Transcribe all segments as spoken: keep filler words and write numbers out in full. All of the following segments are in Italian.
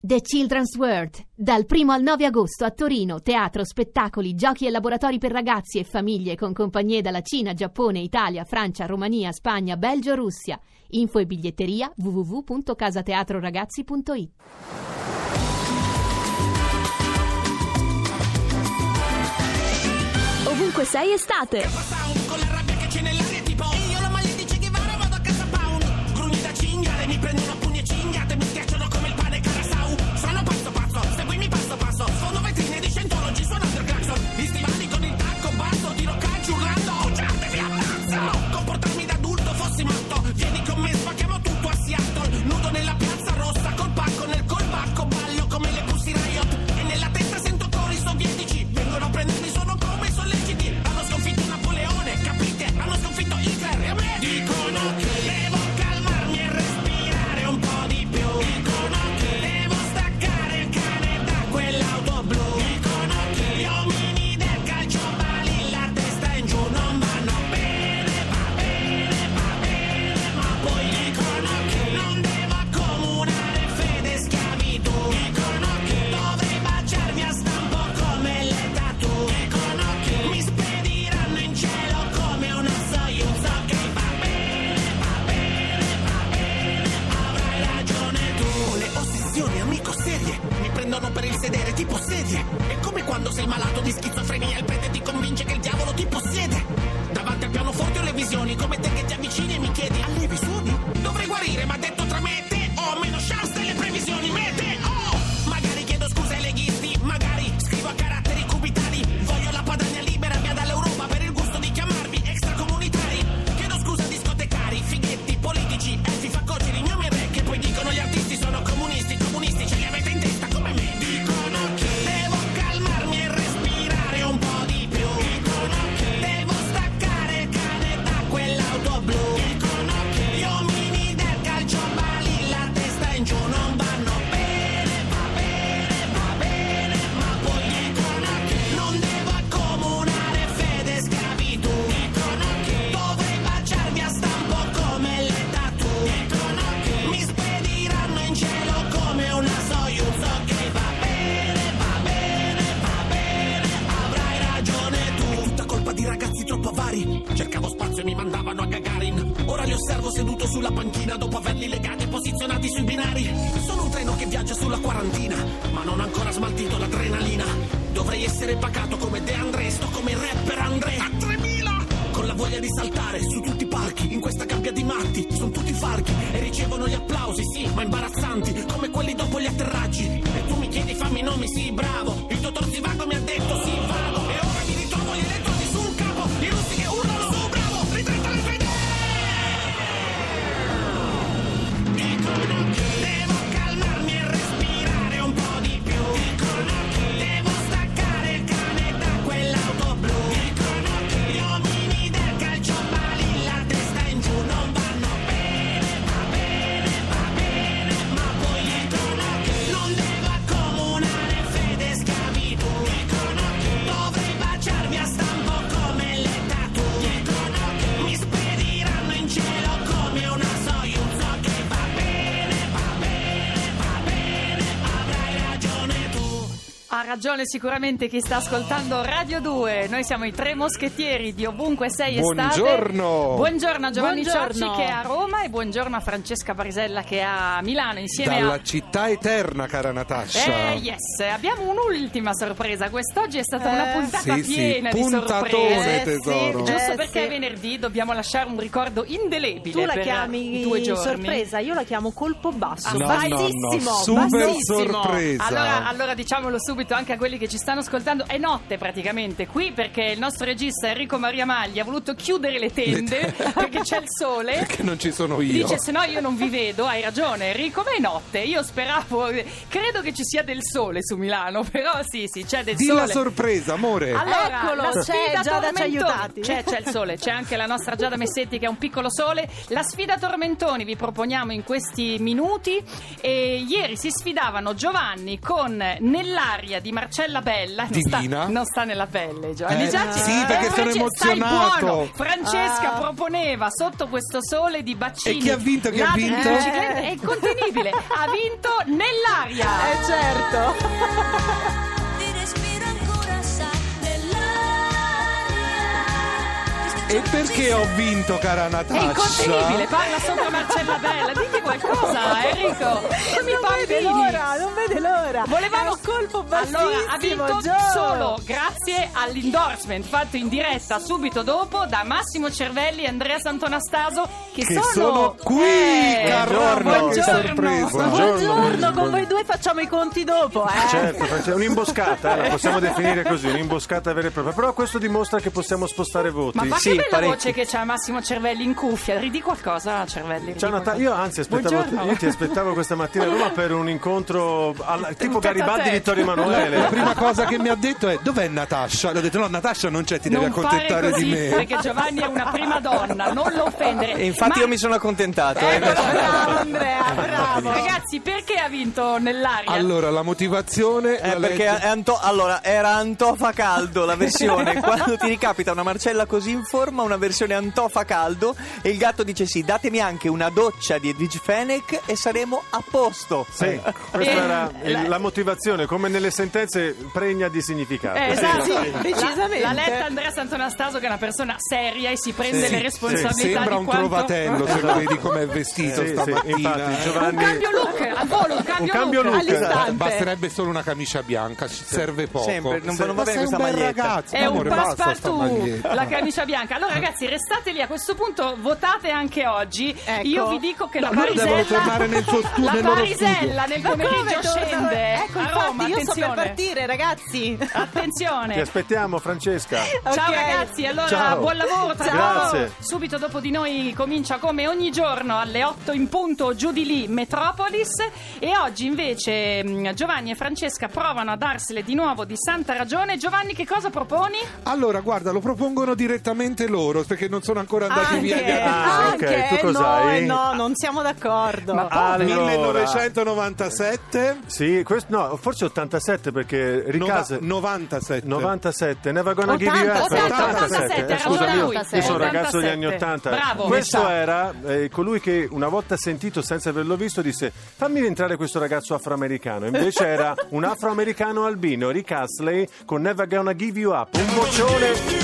The Children's World, dal primo al nove agosto a Torino, teatro, spettacoli, giochi e laboratori per ragazzi e famiglie con compagnie dalla Cina, Giappone, Italia, Francia, Romania, Spagna, Belgio, Russia. Info e biglietteria w w w punto casateatroragazzi punto it. Ovunque sei estate. Con la rabbia che c'è nell'aria tipo io la maglia di Che Guevara vado a casa Pound. Grugni da cinghiale, mi prendono pugni e cinghiate, mi schiacciano come il pane Carasau. Sono pazzo pazzo, seguimi passo passo. Sfondo vetrine di Scientology, suonando il clacson. Gli stivali con il tacco basso, tiro calcio urlando oh gente vi ammazzo. Comportarmi da adulto fossi matto. Vieni con me, spacchiamo tutto a Seattle. Nudo nella piazza rossa, col pacco nel colbacco. Ballo come le Pussy Riot. E nella testa sento cori sovietici. Vengono a prendermi, sono come i solleciti. Hanno sconfitto Napoleone, capite? Hanno sconfitto Hitler e a me dicono che devo calmarmi e respirare un po' di più. Dicono che devo staccare il cane da quell'auto blu. Dicono che gli uomini del calcio bali, la testa in giù non vanno bene, va bene, va bene, ma poi dicono che non devo accomunare fede e schiavitù. Dicono che dovrei baciarmi a stampo come le tattoo. Dicono che mi spediranno in cielo come una Soyuz. Ok, va bene, va bene, va bene, avrai ragione tu. Ho le ossessioni, amico, serie, mi prendono per il sedere tipo sedie. È come quando sei malato di schizofrenia, il prete ti convince che il diavolo ti possiede. Davanti al pianoforte ho le visioni, come te che ti avvicini e mi chiedi allevi suoni. Dovrei guarire, ma detto tra me e te ho meno chance delle previsioni mete. Oh, magari chiedo scusa ai leghisti, magari scrivo a caratteri cubitali. Voglio la Padania libera via dall'Europa per il gusto di chiamarvi extracomunitari. Chiedo scusa a discotecari, fighetti, politici, elfi, facoceri, gnomi e re, che poi dicono gli artisti sono comunisti, comunisti ce li avete in testa come me. Dicono che devo calmarmi e respirare un po' di più. Dicono che devo staccare il cane da quell'auto blu. Dicono che gli uomini del calcio bali, la testa in giù non vanno bene, va bene, va bene, ma poi dicono che non devo accomunare fede e schiavitù. Dicono che dovrei baciarmi a stampo come le tattoo. Dicono che mi spediranno in cielo come una Soyuz. Ok, va bene, va bene, va bene, avrai ragione tu. È tutta colpa di ragazzi troppo avari. Cercavo spazio e mi mandavano a Gagarin. Ora li osservo seduto sulla panchina dopo averli legati e posizionati sui binari. Sono un treno che viaggia sulla quarantina, ma non ho ancora smaltito l'adrenalina. Dovrei essere pacato come De André, sto come il rapper André a tremila. Con la voglia di saltare su tutti i palchi, in questa gabbia di matti, sono tutti falchi e ricevono gli applausi, sì, ma imbarazzanti, come quelli dopo gli atterraggi. E tu mi chiedi fammi i nomi, sì, bravo. Il dottor Zivago mi ha detto sì, vado. E ora mi ritrovo gli elettrodi sul capo, i russi che urlano su, bravo, ritretta le fede. Dicono che devo calmarmi e respirare un po' di più. Dicono che devo staccare il cane da quell'auto blu. Dicono che gli uomini del calcio bali, la testa in giù non vanno bene, va bene, va bene, ma poi dicono che non devo accomunare fede e schiavitù. Dicono che dovrei baciarmi a stampo come le tattoo. Dicono che mi spediranno in cielo come una Soyuz. Ok, va bene, va bene, va bene, avrai ragione tu. Ha ragione sicuramente chi sta ascoltando Radio due. Noi siamo i tre moschettieri di Ovunque sei estate. Buongiorno. Buongiorno a Giovanni Buongiorno. Ciocci che è a Roma e buongiorno a Francesca Barisella che è a Milano insieme Dalla a... città eterna, cara Natascia. Eh, yes, abbiamo un'ultima sorpresa. Quest'oggi è stata una puntata Sì, sì, piena di puntatone, sorprese. tesoro. Giusto Eh, perché sì. è venerdì dobbiamo lasciare un ricordo indelebile Tu la per chiami i due giorni. sorpresa, io la chiamo colpo basso. No, bassissimo, no, no, super bassissimo. sorpresa. Allora, allora diciamolo subito anche a quelli che ci stanno ascoltando, è notte praticamente qui perché il nostro regista Enrico Maria Magli ha voluto chiudere le tende perché c'è il sole. Perché non ci sono io. Dice se no io non vi vedo. Hai ragione Enrico, ma è notte. Io speravo, credo che ci sia del sole su Milano, però sì sì c'è del Di sole. la sorpresa, amore. Allora, Eccolo, la c'è sfida Giada, ci tormentoni. aiutati. C'è, c'è il sole, c'è anche la nostra Giada Messetti che è un piccolo sole. La sfida tormentoni vi proponiamo in questi minuti. E ieri si sfidavano Giovanni con Nell'aria di Marcella Bella non sta, Divina. non sta nella pelle, Giovanni Eh, Giaci. sì, perché sono Frances- emozionato. Stai buono. Francesca proponeva sotto questo sole di bacini. E chi ha vinto, chi ha la vinto? bicicletta è incontenibile. Ha vinto Nell'aria. Eh certo. Ti respiro ancora, sa, nell'aria. E perché ho vinto, cara È Natascia? incontenibile, parla sopra Marcella Bella. Digli qualcosa, Enrico. Come i Non vede bambini. l'ora, non vede l'ora. Volevamo È un colpo bassissimo. Allora, ha vinto Gio. solo grazie all'endorsement fatto in diretta subito dopo da Massimo Cervelli e Andrea Santonastaso che, Che sono qui, Eh, caramba, che buongiorno. sorpresa. Buongiorno, Buongiorno. con voi due facciamo i conti dopo, eh. Certo, è un'imboscata, eh, la possiamo definire così, un'imboscata vera e propria. Però questo dimostra che possiamo spostare voti. Ma fa Sì, che bella parecchi. voce che c'ha Massimo Cervelli in cuffia. Ridi qualcosa, Cervelli? ridi Ciao Nata- qualcosa. io anzi aspettavo, Buongiorno. io ti aspettavo questa mattina a Roma per un incontro al- tipo tête à Garibaldi tête. Vittorio La Emanuele. prima cosa che mi ha detto è: dov'è Natascia? Le ho detto: no, Natascia non c'è, ti devi Non accontentare fare così, di me. perché Giovanni è una prima donna, non lo offendere. E infatti Ma- io mi sono accontentato. eh. Ecco, Bravo Andrea, bravo. Ragazzi, perché ha vinto Nell'aria? Allora, la motivazione. Eh, la perché legge- è Anto- allora era Antofa Caldo la versione. Quando ti ricapita una Marcella così in forma, una versione Antofa Caldo, e il gatto dice sì, datemi anche una doccia di Edwige Fenech e saremo a posto. Sì, questa Eh, era il- la- la motivazione, come nelle sentenze pregna di significato. Eh, esatto. Sì, La- decisamente. L'ha letta Andrea Santonastaso, che è una persona seria e si prende Sì, le sì. responsabilità Sembra di un quanto... trovatello se lo vedi com'è vestito Sì, sì, stamattina. infatti, eh. Un Giovanni. cambio look, al volo, un cambio, Un cambio look. All'istante. Basterebbe solo una camicia bianca, ci serve poco. Sempre, non- Se- non va ma bene sei un questa bel maglietta. ragazzo, È un amore, basta sta passepartout, maglietta. la camicia bianca. Allora ragazzi, restate lì, a questo punto votate anche oggi. Ecco. Io vi dico che la No, loro devono Parisella tornare nel suo studio, La nel loro Parisella nel Ma come pomeriggio torna- scende Ecco, a infatti, Roma, io sto per attenzione. partire, ragazzi. Ti Attenzione. aspettiamo, Francesca. Ciao Ok. ragazzi, allora Ciao. buon lavoro, tra Grazie. poco subito dopo di noi comincia come ogni giorno alle otto in punto giù di lì Metropolis, e oggi invece mh, Giovanni e Francesca provano a darsele di nuovo di santa ragione. Giovanni, che cosa proponi? Allora, guarda, lo propongono direttamente loro, perché non sono ancora andati Anche, via gli altri. Ah, ok, anche, tu eh, cos'hai? no, eh, no, non siamo d'accordo. Ma Allora, millenovecentonovantasette sì, questo, no, forse ottantasette perché Ricase Nova- novantasette. novantasette, Never Gonna Give You ottanta, Up. ottanta, ottantasette, ottantasette, eh, scusa, era io, lui. io sono un ragazzo degli anni ottantasette. ottanta. Bravo. Questo Ne sa. era eh, colui che una volta sentito senza averlo visto disse: fammi rientrare questo ragazzo afroamericano. Invece era un afroamericano albino, Rick Astley con Never Gonna Give You Up, un vocione.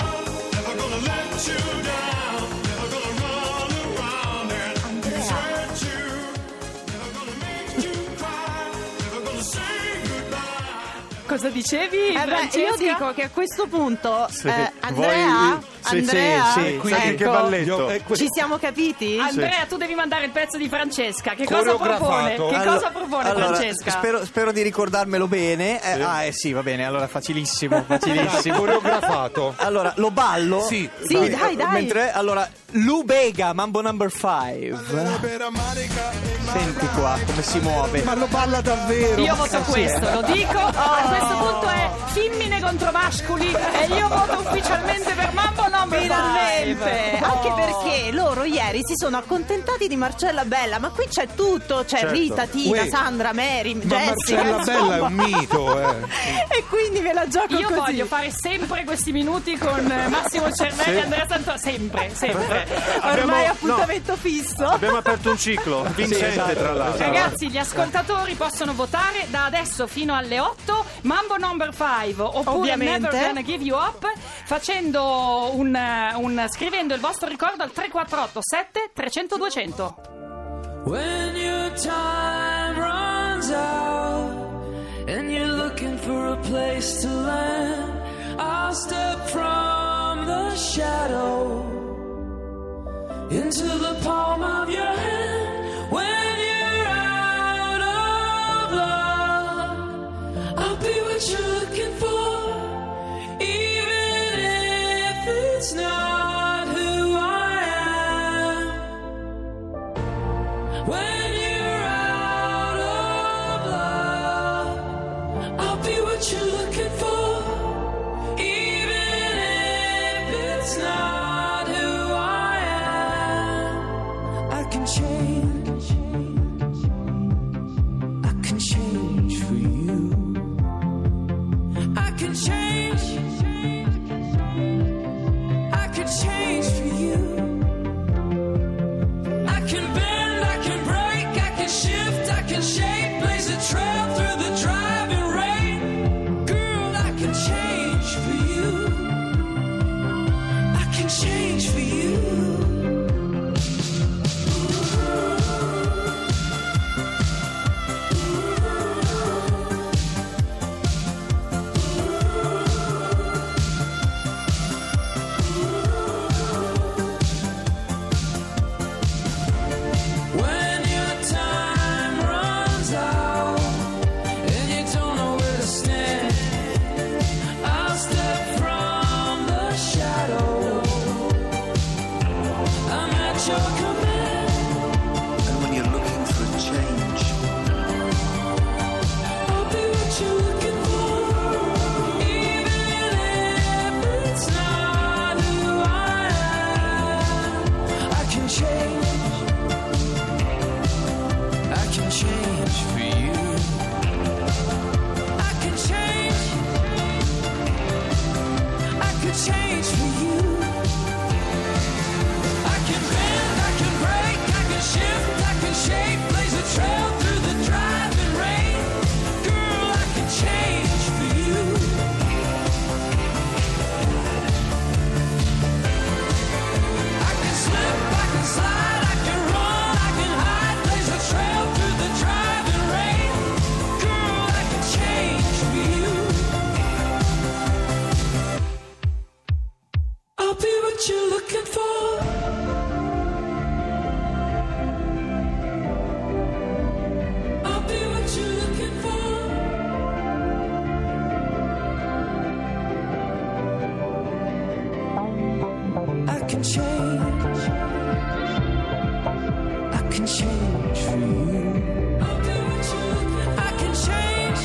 Cosa dicevi, Eh beh, Francesca? io dico che a questo punto Sì, eh, Andrea, vuoi- sì, Andrea, sì, sì, quindi ecco, che balletto. Io- eh, que- ci siamo capiti? Andrea, tu devi mandare il pezzo di Francesca. Che cosa Coreografato. propone? Che Allora- cosa propone allora, Francesca? Spero, spero di ricordarmelo bene. Eh, ah, eh sì, va bene, allora facilissimo, Dai, facilissimo. coreografato. Allora, lo ballo? Sì. Sì, dai, dai. Mentre, allora, Lou Bega, Mambo number five. Senti qua come si muove. Ma lo balla davvero. Io voto questo, lo dico. A questo punto è femmine contro mascoli e io voto ufficialmente per Mambo Number Finalmente, five. anche Oh. perché loro ieri si sono accontentati di Marcella Bella, ma qui c'è tutto, c'è Certo. Rita, Tina, Uè. Sandra, Mary, Ma Jessica, Marcella Bella è un mito, eh. e quindi me la gioco Io così. voglio fare sempre questi minuti con eh, Massimo Cervelli e Andrea Santoro. Sempre, sempre. Ormai Abbiamo- appuntamento fisso. Abbiamo aperto un ciclo vincente, tra l'altro. Ragazzi, gli ascoltatori possono votare da adesso fino alle otto Mambo Number five oppure Ovviamente. Never Gonna Give You Up, facendo un, eh, un scrivendo il vostro ricordo al tre quattro otto sette trecento duecento. When your time runs out and you're looking for a place to land, I'll step from the shadow into the palm of your hand. When you're out of luck, I'll be what you're looking for, even if it's not who I am. When you're out of love, I'll be what you're looking for, even if it's not who I am. change. I can change for you. I'll be what you're looking for. I can change.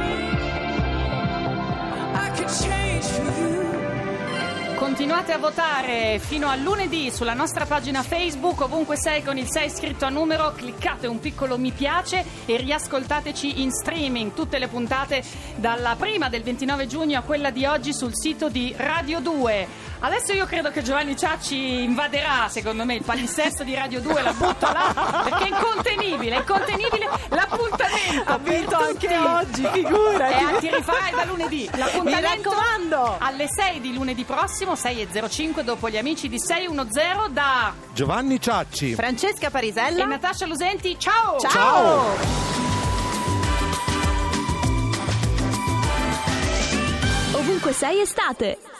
I can change for you. Continuate a votare fino a lunedì sulla nostra pagina Facebook, ovunque sei con il sei scritto a numero, cliccate un piccolo mi piace e riascoltateci in streaming tutte le puntate dalla prima del ventinove giugno a quella di oggi sul sito di Radio due. Adesso io credo che Giovanni Ciacci invaderà, secondo me, il palinsesto di Radio due, la butta là, perché è incontenibile, è incontenibile l'appuntamento. Ha vinto per anche tutti. oggi, figurati. E ti rifarai da lunedì. L'appuntamento Mi raccomando. alle sei di lunedì prossimo, sei e zero cinque, dopo gli amici di sei uno zero da Giovanni Ciacci. Francesca Parisella e Natascia Lusenti. Ciao! Ciao. Ovunque sei estate.